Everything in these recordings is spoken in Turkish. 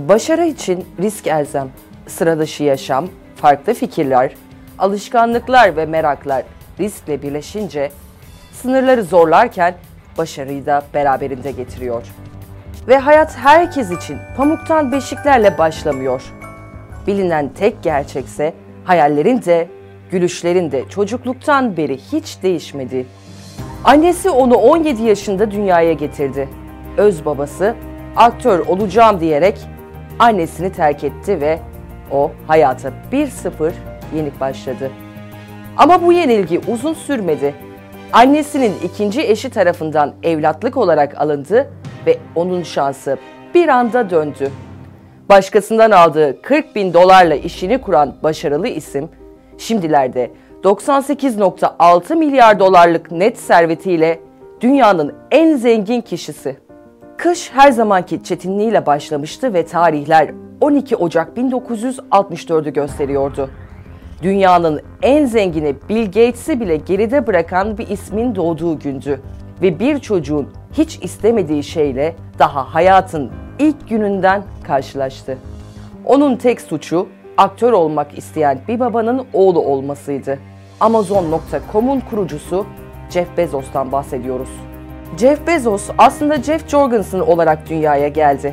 Başarı için risk elzem, sıra dışı yaşam, farklı fikirler, alışkanlıklar ve meraklar riskle birleşince sınırları zorlarken başarıyı da beraberinde getiriyor. Ve hayat herkes için pamuktan beşiklerle başlamıyor. Bilinen tek gerçekse hayallerin de, gülüşlerin de çocukluktan beri hiç değişmedi. Annesi onu 17 yaşında dünyaya getirdi. Öz babası aktör olacağım diyerek annesini terk etti ve o hayata 1-0 yenik başladı. Ama bu yenilgi uzun sürmedi. Annesinin ikinci eşi tarafından evlatlık olarak alındı ve onun şansı bir anda döndü. Başkasından aldığı $40.000 işini kuran başarılı isim, şimdilerde 98,6 milyar dolarlık net servetiyle dünyanın en zengin kişisi. Kış her zamanki çetinliğiyle başlamıştı ve tarihler 12 Ocak 1964'ü gösteriyordu. Dünyanın en zengini Bill Gates'i bile geride bırakan bir ismin doğduğu gündü ve bir çocuğun hiç istemediği şeyle daha hayatın ilk gününden karşılaştı. Onun tek suçu aktör olmak isteyen bir babanın oğlu olmasıydı. Amazon.com'un kurucusu Jeff Bezos'tan bahsediyoruz. Jeff Bezos aslında Jeff Jorgensen olarak dünyaya geldi.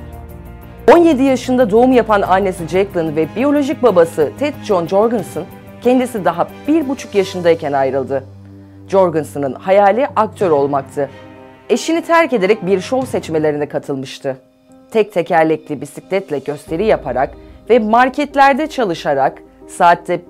17 yaşında doğum yapan annesi Jacqueline ve biyolojik babası Ted John Jorgensen kendisi daha 1,5 yaşındayken ayrıldı. Jorgensen'ın hayali aktör olmaktı. Eşini terk ederek bir şov seçmelerine katılmıştı. Tek tekerlekli bisikletle gösteri yaparak ve marketlerde çalışarak saatte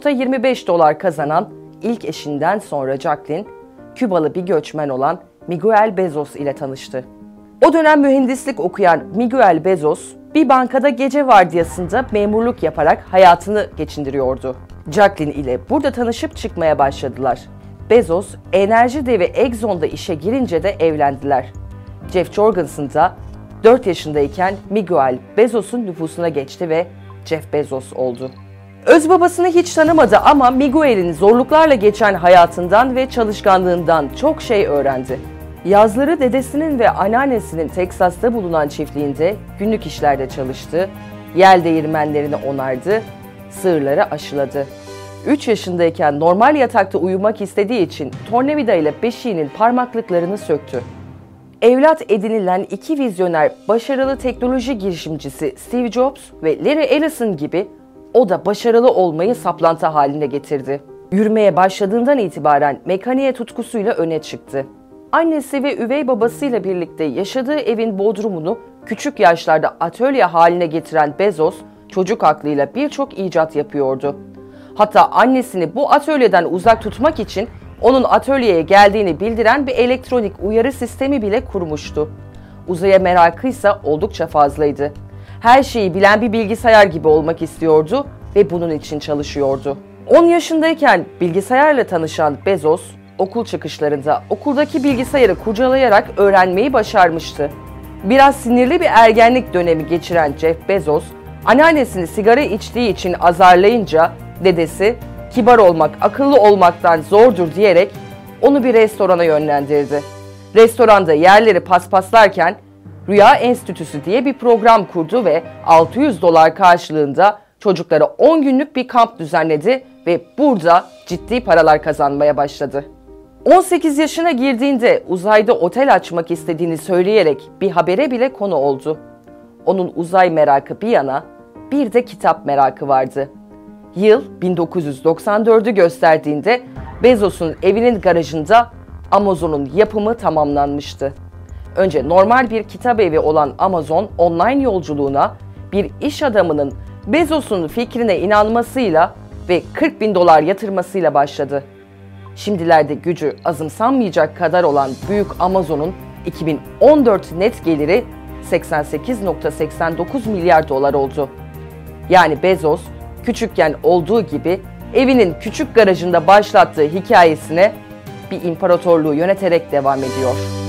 $1,25 kazanan ilk eşinden sonra Jacqueline, Kübalı bir göçmen olan Miguel Bezos ile tanıştı. O dönem mühendislik okuyan Miguel Bezos, bir bankada gece vardiyasında memurluk yaparak hayatını geçindiriyordu. Jacqueline ile burada tanışıp çıkmaya başladılar. Bezos, enerji devi Exxon'da işe girince de evlendiler. Jeff Jorgensen da 4 yaşındayken Miguel Bezos'un nüfusuna geçti ve Jeff Bezos oldu. Öz babasını hiç tanımadı ama Miguel'in zorluklarla geçen hayatından ve çalışkanlığından çok şey öğrendi. Yazları dedesinin ve anneannesinin Teksas'ta bulunan çiftliğinde günlük işlerde çalıştı, yel değirmenlerini onardı, sığırları aşıladı. 3 yaşındayken normal yatakta uyumak istediği için tornavida ile beşiğinin parmaklıklarını söktü. Evlat edinilen iki vizyoner, başarılı teknoloji girişimcisi Steve Jobs ve Larry Ellison gibi o da başarılı olmayı saplantı haline getirdi. Yürümeye başladığından itibaren mekaniğe tutkusuyla öne çıktı. Annesi ve üvey babasıyla birlikte yaşadığı evin bodrumunu küçük yaşlarda atölye haline getiren Bezos, çocuk aklıyla birçok icat yapıyordu. Hatta annesini bu atölyeden uzak tutmak için onun atölyeye geldiğini bildiren bir elektronik uyarı sistemi bile kurmuştu. Uzaya merakıysa oldukça fazlaydı. Her şeyi bilen bir bilgisayar gibi olmak istiyordu ve bunun için çalışıyordu. 10 yaşındayken bilgisayarla tanışan Bezos, okul çıkışlarında okuldaki bilgisayarı kurcalayarak öğrenmeyi başarmıştı. Biraz sinirli bir ergenlik dönemi geçiren Jeff Bezos, anneannesini sigara içtiği için azarlayınca dedesi, kibar olmak akıllı olmaktan zordur diyerek onu bir restorana yönlendirdi. Restoranda yerleri paspaslarken Rüya Enstitüsü diye bir program kurdu ve $600 karşılığında çocuklara 10 günlük bir kamp düzenledi ve burada ciddi paralar kazanmaya başladı. 18 yaşına girdiğinde uzayda otel açmak istediğini söyleyerek bir habere bile konu oldu. Onun uzay merakı bir yana, bir de kitap merakı vardı. Yıl 1994'ü gösterdiğinde Bezos'un evinin garajında Amazon'un yapımı tamamlanmıştı. Önce normal bir kitap evi olan Amazon online yolculuğuna bir iş adamının Bezos'un fikrine inanmasıyla ve $40.000 yatırmasıyla başladı. Şimdilerde gücü azımsanmayacak kadar olan büyük Amazon'un 2014 net geliri $88,89 milyar oldu. Yani Bezos, küçükken olduğu gibi evinin küçük garajında başlattığı hikayesine bir imparatorluğu yöneterek devam ediyor.